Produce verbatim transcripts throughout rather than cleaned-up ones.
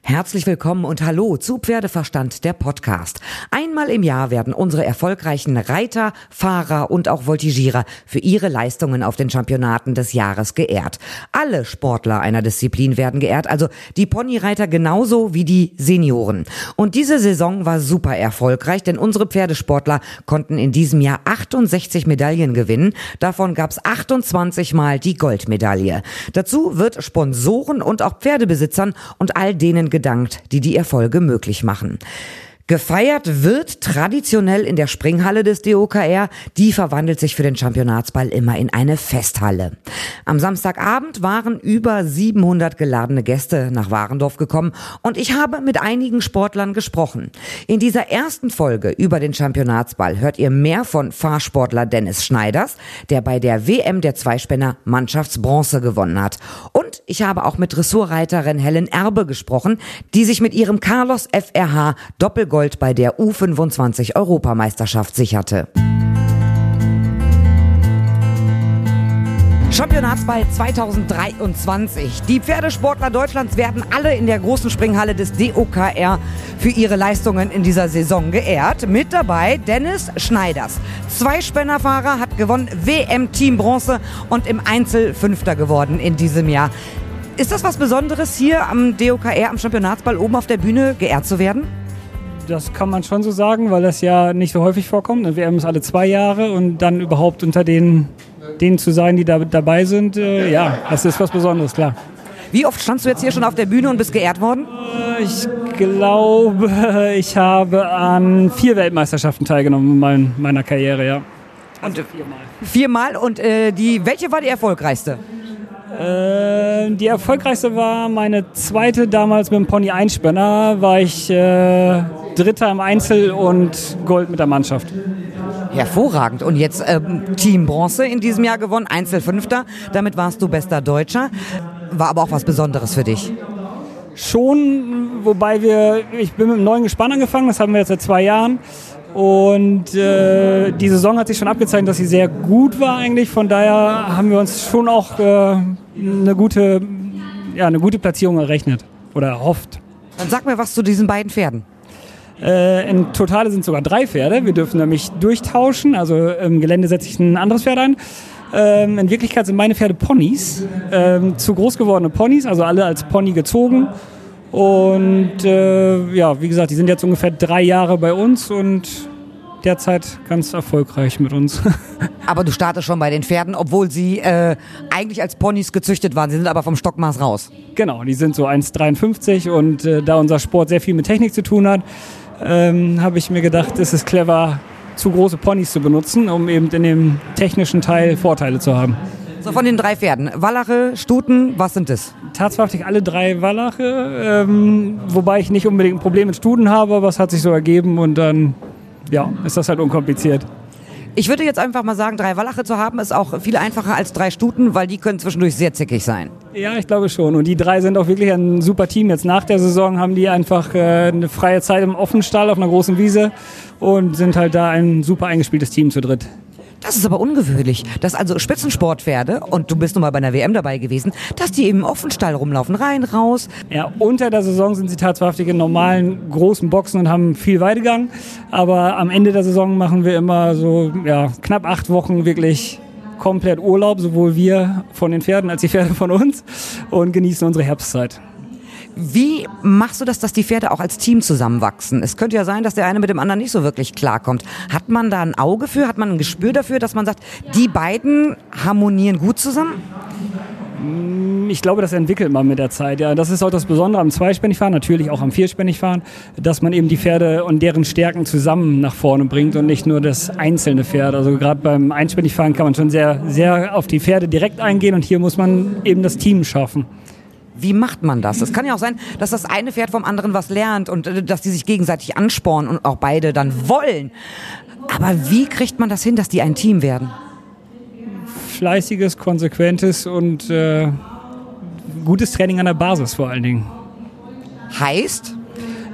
Herzlich willkommen und hallo zu Pferdeverstand, der Podcast. Einmal im Jahr werden unsere erfolgreichen Reiter, Fahrer und auch Voltigierer für ihre Leistungen auf den Championaten des Jahres geehrt. Alle Sportler einer Disziplin werden geehrt, also die Ponyreiter genauso wie die Senioren. Und diese Saison war super erfolgreich, denn unsere Pferdesportler konnten in diesem Jahr achtundsechzig Medaillen gewinnen. Davon gab es achtundzwanzig Mal die Goldmedaille. Dazu wird Sponsoren und auch Pferdebesitzern und all denen gedankt, die die Erfolge möglich machen. Gefeiert wird traditionell in der Springhalle des D O K R. Die verwandelt sich für den Championatsball immer in eine Festhalle. Am Samstagabend waren über siebenhundert geladene Gäste nach Warendorf gekommen und ich habe mit einigen Sportlern gesprochen. In dieser ersten Folge über den Championatsball hört ihr mehr von Fahrsportler Dennis Schneiders, der bei der W M der Zweispänner Mannschaftsbronze gewonnen hat. Und ich habe auch mit Dressurreiterin Helen Erbe gesprochen, die sich mit ihrem Carlos F R H Doppelgold bei der U fünfundzwanzig Europameisterschaft sicherte. Championatsball zweitausenddreiundzwanzig. Die Pferdesportler Deutschlands werden alle in der großen Springhalle des D O K R für ihre Leistungen in dieser Saison geehrt. Mit dabei Dennis Schneiders. Zweispännerfahrer, hat gewonnen, W M-Team Bronze und im Einzel Fünfter geworden in diesem Jahr. Ist das was Besonderes, hier am D O K R, am Championatsball oben auf der Bühne geehrt zu werden? Das kann man schon so sagen, weil das ja nicht so häufig vorkommt. Eine W M ist alle zwei Jahre und dann überhaupt unter den, denen zu sein, die da dabei sind, äh, ja, das ist was Besonderes, klar. Wie oft standst du jetzt hier schon auf der Bühne und bist geehrt worden? Ich glaube, ich habe an vier Weltmeisterschaften teilgenommen in mein, meiner Karriere, ja. Also viermal. Viermal und äh, die, welche war die erfolgreichste? Äh, die erfolgreichste war meine zweite, damals mit dem Pony Einspänner, war ich äh, Dritter im Einzel und Gold mit der Mannschaft. Hervorragend. Und jetzt ähm, Team Bronze in diesem Jahr gewonnen, Einzel Fünfter. Damit warst du bester Deutscher. War aber auch was Besonderes für dich. Schon, wobei wir, ich bin mit einem neuen Gespann angefangen, das haben wir jetzt seit zwei Jahren. Und äh, die Saison hat sich schon abgezeichnet, dass sie sehr gut war eigentlich. Von daher haben wir uns schon auch äh, eine gute, ja, eine gute Platzierung errechnet oder erhofft. Dann sag mir was zu diesen beiden Pferden. Äh, in Totale sind sogar drei Pferde. Wir dürfen nämlich durchtauschen. Also im Gelände setze ich ein anderes Pferd ein. Ähm, in Wirklichkeit sind meine Pferde Ponys. Ähm, zu groß gewordene Ponys, also alle als Pony gezogen. Und äh, ja, wie gesagt, die sind jetzt ungefähr drei Jahre bei uns und derzeit ganz erfolgreich mit uns. Aber du startest schon bei den Pferden, obwohl sie äh, eigentlich als Ponys gezüchtet waren. Sie sind aber vom Stockmaß raus. Genau, die sind so eins Komma dreiundfünfzig und äh, da unser Sport sehr viel mit Technik zu tun hat, ähm, habe ich mir gedacht, es ist clever, zu große Ponys zu benutzen, um eben in dem technischen Teil Vorteile zu haben. So, von den drei Pferden. Wallache, Stuten, was sind das? Tatsächlich alle drei Wallache, ähm, wobei ich nicht unbedingt ein Problem mit Stuten habe, aber es hat sich so ergeben und dann ja, ist das halt unkompliziert. Ich würde jetzt einfach mal sagen, drei Wallache zu haben ist auch viel einfacher als drei Stuten, weil die können zwischendurch sehr zickig sein. Ja, ich glaube schon. Und die drei sind auch wirklich ein super Team. Jetzt nach der Saison haben die einfach äh, eine freie Zeit im Offenstall auf einer großen Wiese und sind halt da ein super eingespieltes Team zu dritt. Das ist aber ungewöhnlich, dass also Spitzensportpferde, und du bist nun mal bei einer W M dabei gewesen, dass die im Offenstall rumlaufen, rein, raus. Ja, unter der Saison sind sie tatsächlich in normalen großen Boxen und haben viel Weidegang. Aber am Ende der Saison machen wir immer so ja, knapp acht Wochen wirklich komplett Urlaub, sowohl wir von den Pferden als die Pferde von uns, und genießen unsere Herbstzeit. Wie machst du das, dass die Pferde auch als Team zusammenwachsen? Es könnte ja sein, dass der eine mit dem anderen nicht so wirklich klarkommt. Hat man da ein Auge für, hat man ein Gespür dafür, dass man sagt, die beiden harmonieren gut zusammen? Ich glaube, das entwickelt man mit der Zeit. Ja, das ist auch das Besondere am Zweispänigfahren, natürlich auch am Vierspänigfahren, dass man eben die Pferde und deren Stärken zusammen nach vorne bringt und nicht nur das einzelne Pferd. Also gerade beim Einspänigfahren kann man schon sehr, sehr auf die Pferde direkt eingehen und hier muss man eben das Team schaffen. Wie macht man das? Es kann ja auch sein, dass das eine Pferd vom anderen was lernt und äh, dass die sich gegenseitig anspornen und auch beide dann wollen. Aber wie kriegt man das hin, dass die ein Team werden? Fleißiges, konsequentes und äh, gutes Training an der Basis vor allen Dingen. Heißt?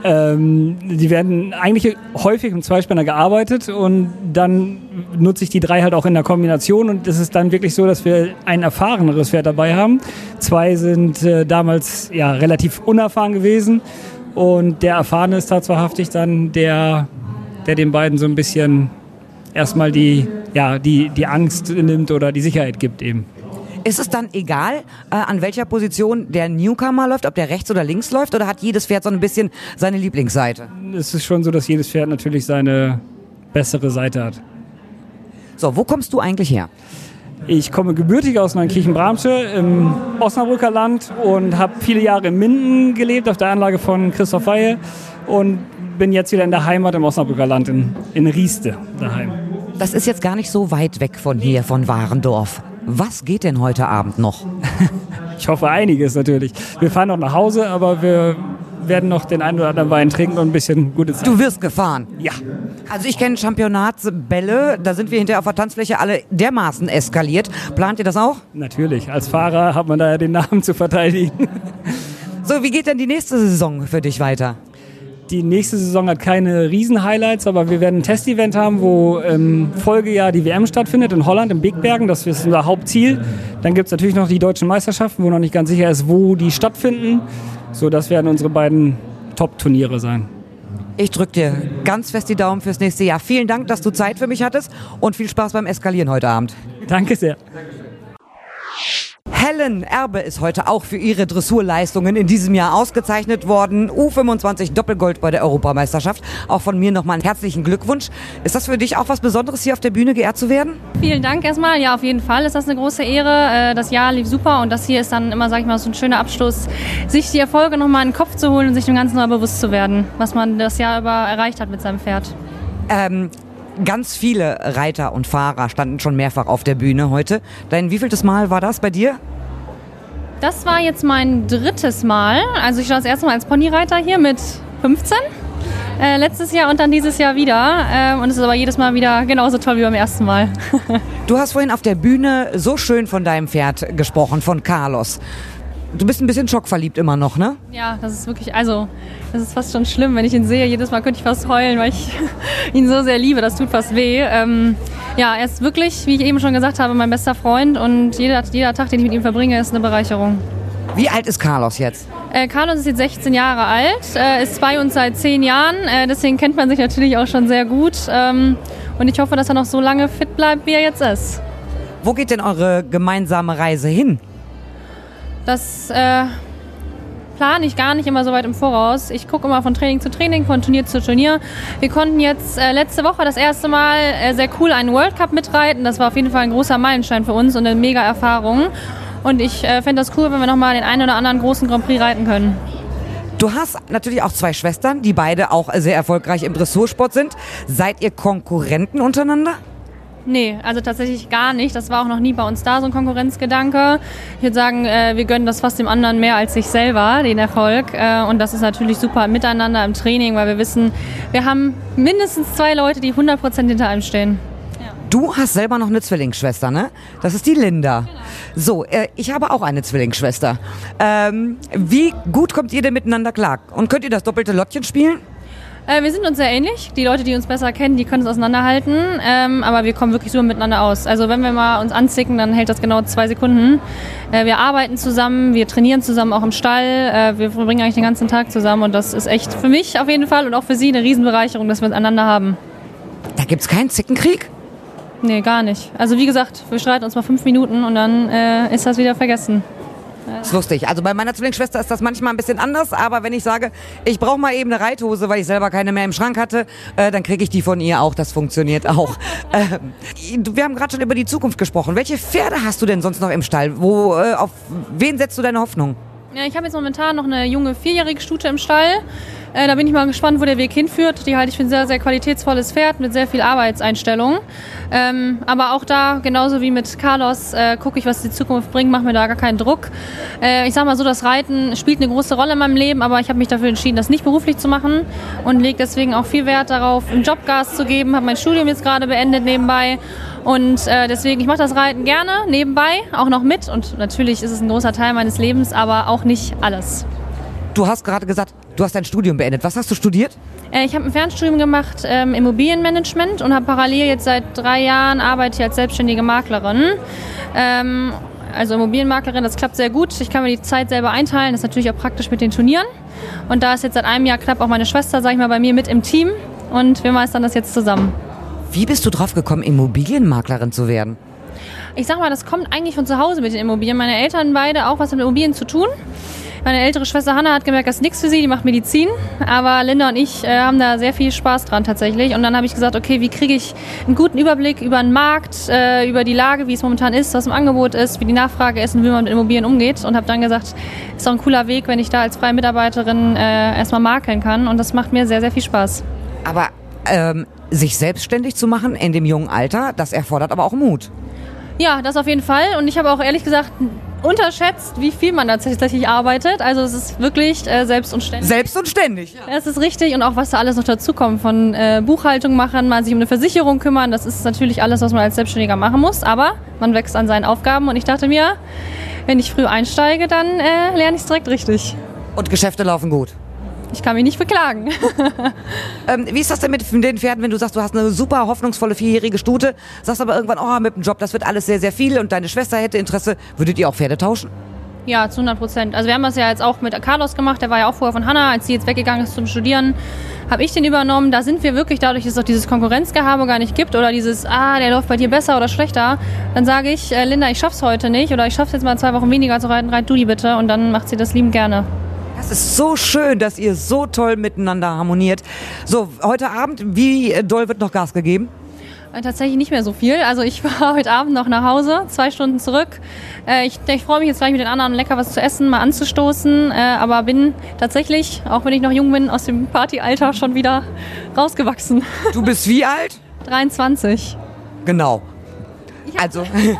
Ähm, die werden eigentlich häufig im Zweispänner gearbeitet und dann nutze ich die drei halt auch in der Kombination und es ist dann wirklich so, dass wir ein erfahreneres Pferd dabei haben. Zwei sind äh, damals ja relativ unerfahren gewesen und der Erfahrene ist tatsächlich dann der, der den beiden so ein bisschen erstmal die, ja, die, die Angst nimmt oder die Sicherheit gibt eben. Ist es dann egal, äh, an welcher Position der Newcomer läuft, ob der rechts oder links läuft, oder hat jedes Pferd so ein bisschen seine Lieblingsseite? Es ist schon so, dass jedes Pferd natürlich seine bessere Seite hat. So, wo kommst du eigentlich her? Ich komme gebürtig aus Neunkirchen-Bramsche im Osnabrücker Land und habe viele Jahre in Minden gelebt, auf der Anlage von Christoph Weihe und bin jetzt wieder in der Heimat im Osnabrücker Land, in, in Rieste daheim. Das ist jetzt gar nicht so weit weg von hier, von Warendorf. Was geht denn heute Abend noch? Ich hoffe einiges natürlich. Wir fahren noch nach Hause, aber wir werden noch den einen oder anderen Wein trinken und ein bisschen gute Zeit. Du wirst gefahren? Ja. Also ich kenne Championatsbälle, da sind wir hinterher auf der Tanzfläche alle dermaßen eskaliert. Plant ihr das auch? Natürlich. Als Fahrer hat man da ja den Namen zu verteidigen. So, wie geht denn die nächste Saison für dich weiter? Die nächste Saison hat keine Riesen-Highlights, aber wir werden ein Testevent haben, wo im Folgejahr die W M stattfindet in Holland, in Bigbergen. Das ist unser Hauptziel. Dann gibt es natürlich noch die deutschen Meisterschaften, wo noch nicht ganz sicher ist, wo die stattfinden. So, das werden unsere beiden Top-Turniere sein. Ich drücke dir ganz fest die Daumen fürs nächste Jahr. Vielen Dank, dass du Zeit für mich hattest und viel Spaß beim Eskalieren heute Abend. Danke sehr. Helen Erbe ist heute auch für ihre Dressurleistungen in diesem Jahr ausgezeichnet worden. U fünfundzwanzig Doppelgold bei der Europameisterschaft. Auch von mir nochmal einen herzlichen Glückwunsch. Ist das für dich auch was Besonderes, hier auf der Bühne geehrt zu werden? Vielen Dank erstmal. Ja, auf jeden Fall ist das eine große Ehre. Das Jahr lief super und das hier ist dann immer, sag ich mal, so ein schöner Abschluss, sich die Erfolge nochmal in den Kopf zu holen und sich dem Ganzen mal bewusst zu werden, was man das Jahr über erreicht hat mit seinem Pferd. Ähm, ganz viele Reiter und Fahrer standen schon mehrfach auf der Bühne heute. Dein wievieltes Mal war das bei dir? Das war jetzt mein drittes Mal. Also ich war das erste Mal als Ponyreiter hier mit fünfzehn. Äh, letztes Jahr und dann dieses Jahr wieder. Äh, und es ist aber jedes Mal wieder genauso toll wie beim ersten Mal. Du hast vorhin auf der Bühne so schön von deinem Pferd gesprochen, von Carlos. Du bist ein bisschen schockverliebt immer noch, ne? Ja, das ist wirklich, also, das ist fast schon schlimm, wenn ich ihn sehe. Jedes Mal könnte ich fast heulen, weil ich ihn so sehr liebe. Das tut fast weh. Ähm, ja, er ist wirklich, wie ich eben schon gesagt habe, mein bester Freund. Und jeder, jeder Tag, den ich mit ihm verbringe, ist eine Bereicherung. Wie alt ist Carlos jetzt? Äh, Carlos ist jetzt sechzehn Jahre alt, äh, ist bei uns seit zehn Jahren. Äh, deswegen kennt man sich natürlich auch schon sehr gut. Ähm, und ich hoffe, dass er noch so lange fit bleibt, wie er jetzt ist. Wo geht denn eure gemeinsame Reise hin? Das äh, plane ich gar nicht immer so weit im Voraus. Ich gucke immer von Training zu Training, von Turnier zu Turnier. Wir konnten jetzt äh, letzte Woche das erste Mal äh, sehr cool einen World Cup mitreiten. Das war auf jeden Fall ein großer Meilenstein für uns und eine mega Erfahrung. Und ich äh, fände das cool, wenn wir nochmal den einen oder anderen großen Grand Prix reiten können. Du hast natürlich auch zwei Schwestern, die beide auch sehr erfolgreich im Dressursport sind. Seid ihr Konkurrenten untereinander? Nee, also tatsächlich gar nicht. Das war auch noch nie bei uns da, so ein Konkurrenzgedanke. Ich würde sagen, äh, wir gönnen das fast dem anderen mehr als sich selber, den Erfolg. Äh, und das ist natürlich super miteinander im Training, weil wir wissen, wir haben mindestens zwei Leute, die hundert Prozent hinter einem stehen. Ja. Du hast selber noch eine Zwillingsschwester, ne? Das ist die Linda. Genau. So, äh, ich habe auch eine Zwillingsschwester. Ähm, wie gut kommt ihr denn miteinander klar? Und könnt ihr das doppelte Lottchen spielen? Äh, wir sind uns sehr ähnlich. Die Leute, die uns besser kennen, die können es auseinanderhalten. Ähm, aber wir kommen wirklich super miteinander aus. Also wenn wir mal uns anzicken, dann hält das genau zwei Sekunden. Äh, wir arbeiten zusammen, wir trainieren zusammen auch im Stall. Äh, wir verbringen eigentlich den ganzen Tag zusammen. Und das ist echt für mich auf jeden Fall und auch für Sie eine Riesenbereicherung, dass wir miteinander haben. Da gibt's keinen Zickenkrieg? Nee, gar nicht. Also wie gesagt, wir streiten uns mal fünf Minuten und dann äh, ist das wieder vergessen. Das ist lustig. Also bei meiner Zwillingsschwester ist das manchmal ein bisschen anders, aber wenn ich sage, ich brauche mal eben eine Reithose, weil ich selber keine mehr im Schrank hatte, äh, dann kriege ich die von ihr auch. Das funktioniert auch. Ähm, wir haben gerade schon über die Zukunft gesprochen. Welche Pferde hast du denn sonst noch im Stall? Wo, äh, auf wen setzt du deine Hoffnung? Ja, ich habe jetzt momentan noch eine junge vierjährige Stute im Stall. Äh, da bin ich mal gespannt, wo der Weg hinführt. Die halte ich für ein sehr, sehr qualitätsvolles Pferd mit sehr viel Arbeitseinstellung. Ähm, aber auch da, genauso wie mit Carlos, äh, gucke ich, was die Zukunft bringt, mache mir da gar keinen Druck. Äh, ich sage mal so, das Reiten spielt eine große Rolle in meinem Leben, aber ich habe mich dafür entschieden, das nicht beruflich zu machen und lege deswegen auch viel Wert darauf, im Job Gas zu geben. Habe mein Studium jetzt gerade beendet nebenbei. Und äh, deswegen, ich mache das Reiten gerne nebenbei, auch noch mit. Und natürlich ist es ein großer Teil meines Lebens, aber auch nicht alles. Du hast gerade gesagt, du hast dein Studium beendet. Was hast du studiert? Äh, ich habe ein Fernstudium gemacht, ähm, Immobilienmanagement, und habe parallel jetzt seit drei Jahren arbeite ich als selbstständige Maklerin. Ähm, also Immobilienmaklerin, das klappt sehr gut. Ich kann mir die Zeit selber einteilen. Das ist natürlich auch praktisch mit den Turnieren. Und da ist jetzt seit einem Jahr knapp auch meine Schwester, sag ich mal, bei mir mit im Team. Und wir meistern das jetzt zusammen. Wie bist du drauf gekommen, Immobilienmaklerin zu werden? Ich sag mal, das kommt eigentlich von zu Hause mit den Immobilien. Meine Eltern beide auch was mit Immobilien zu tun. Meine ältere Schwester Hanna hat gemerkt, das ist nichts für sie, die macht Medizin. Aber Linda und ich äh, haben da sehr viel Spaß dran tatsächlich. Und dann habe ich gesagt, okay, wie kriege ich einen guten Überblick über den Markt, äh, über die Lage, wie es momentan ist, was im Angebot ist, wie die Nachfrage ist und wie man mit Immobilien umgeht. Und habe dann gesagt, ist doch ein cooler Weg, wenn ich da als freie Mitarbeiterin äh, erstmal makeln kann. Und das macht mir sehr, sehr viel Spaß. Aber ähm, sich selbstständig zu machen in dem jungen Alter, das erfordert aber auch Mut. Ja, das auf jeden Fall. Und ich habe auch ehrlich gesagt unterschätzt, wie viel man da tatsächlich arbeitet. Also es ist wirklich äh, selbst und ständig. Selbst und ständig, ja. Das ist richtig. Und auch was da alles noch dazukommt. Von äh, Buchhaltung machen, mal sich um eine Versicherung kümmern. Das ist natürlich alles, was man als Selbstständiger machen muss. Aber man wächst an seinen Aufgaben. Und ich dachte mir, wenn ich früh einsteige, dann äh, lerne ich es direkt richtig. Und Geschäfte laufen gut. Ich kann mich nicht beklagen. ähm, wie ist das denn mit den Pferden, wenn du sagst, du hast eine super hoffnungsvolle vierjährige Stute, sagst aber irgendwann, oh, mit dem Job, das wird alles sehr, sehr viel und deine Schwester hätte Interesse, würdet ihr auch Pferde tauschen? Ja, zu hundert Prozent. Also wir haben das ja jetzt auch mit Carlos gemacht, der war ja auch vorher von Hanna, als sie jetzt weggegangen ist zum Studieren, habe ich den übernommen. Da sind wir wirklich, dadurch, dass es auch dieses Konkurrenzgehabe gar nicht gibt oder dieses, ah, der läuft bei dir besser oder schlechter, dann sage ich, äh, Linda, ich schaff's heute nicht oder ich schaff's jetzt mal zwei Wochen weniger zu reiten, reit du die bitte, und dann macht sie das liebend gerne. Das ist so schön, dass ihr so toll miteinander harmoniert. So, heute Abend, wie doll wird noch Gas gegeben? Äh, tatsächlich nicht mehr so viel. Also ich fahre heute Abend noch nach Hause, zwei Stunden zurück. Äh, ich ich freue mich jetzt gleich mit den anderen lecker was zu essen, mal anzustoßen. Äh, aber bin tatsächlich, auch wenn ich noch jung bin, aus dem Partyalter schon wieder rausgewachsen. Du bist wie alt? dreiundzwanzig. Genau. Also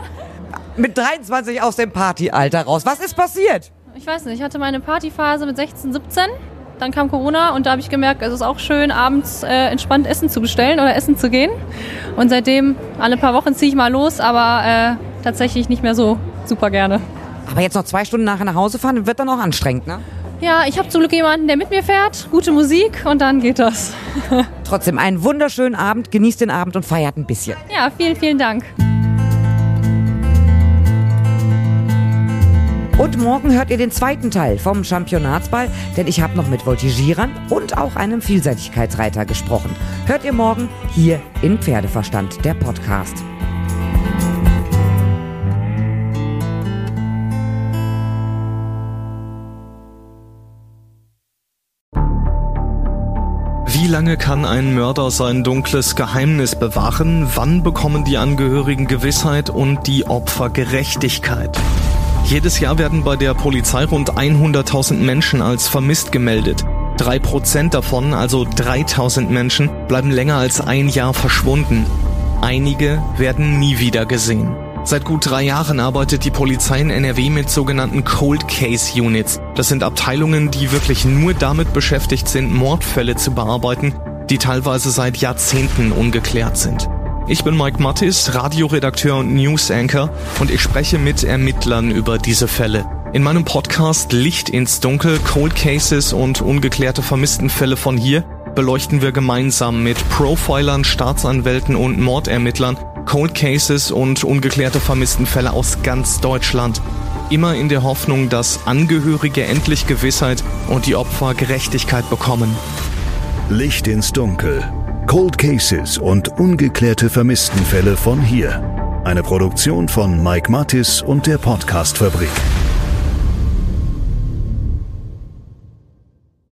mit dreiundzwanzig aus dem Partyalter raus. Was ist passiert? Ich weiß nicht, ich hatte meine Partyphase mit sechzehn, siebzehn, dann kam Corona und da habe ich gemerkt, es ist auch schön, abends äh, entspannt Essen zu bestellen oder essen zu gehen. Und seitdem, alle paar Wochen ziehe ich mal los, aber äh, tatsächlich nicht mehr so super gerne. Aber jetzt noch zwei Stunden nachher nach Hause fahren, wird dann auch anstrengend, ne? Ja, ich habe zum Glück jemanden, der mit mir fährt, gute Musik und dann geht das. Trotzdem einen wunderschönen Abend, genießt den Abend und feiert ein bisschen. Ja, vielen, vielen Dank. Und morgen hört ihr den zweiten Teil vom Championatsball, denn ich habe noch mit Voltigierern und auch einem Vielseitigkeitsreiter gesprochen. Hört ihr morgen hier in Pferdeverstand, der Podcast. Wie lange kann ein Mörder sein dunkles Geheimnis bewahren? Wann bekommen die Angehörigen Gewissheit und die Opfer Gerechtigkeit? Jedes Jahr werden bei der Polizei rund hunderttausend Menschen als vermisst gemeldet. Drei Prozent davon, also dreitausend Menschen, bleiben länger als ein Jahr verschwunden. Einige werden nie wieder gesehen. Seit gut drei Jahren arbeitet die Polizei in N R W mit sogenannten Cold Case Units. Das sind Abteilungen, die wirklich nur damit beschäftigt sind, Mordfälle zu bearbeiten, die teilweise seit Jahrzehnten ungeklärt sind. Ich bin Mike Mattis, Radioredakteur und News-Anchor, und ich spreche mit Ermittlern über diese Fälle. In meinem Podcast Licht ins Dunkel, Cold Cases und ungeklärte Vermisstenfälle von hier beleuchten wir gemeinsam mit Profilern, Staatsanwälten und Mordermittlern Cold Cases und ungeklärte Vermisstenfälle aus ganz Deutschland. Immer in der Hoffnung, dass Angehörige endlich Gewissheit und die Opfer Gerechtigkeit bekommen. Licht ins Dunkel. Cold Cases und ungeklärte Vermisstenfälle von hier. Eine Produktion von Mike Mattis und der Podcast-Fabrik.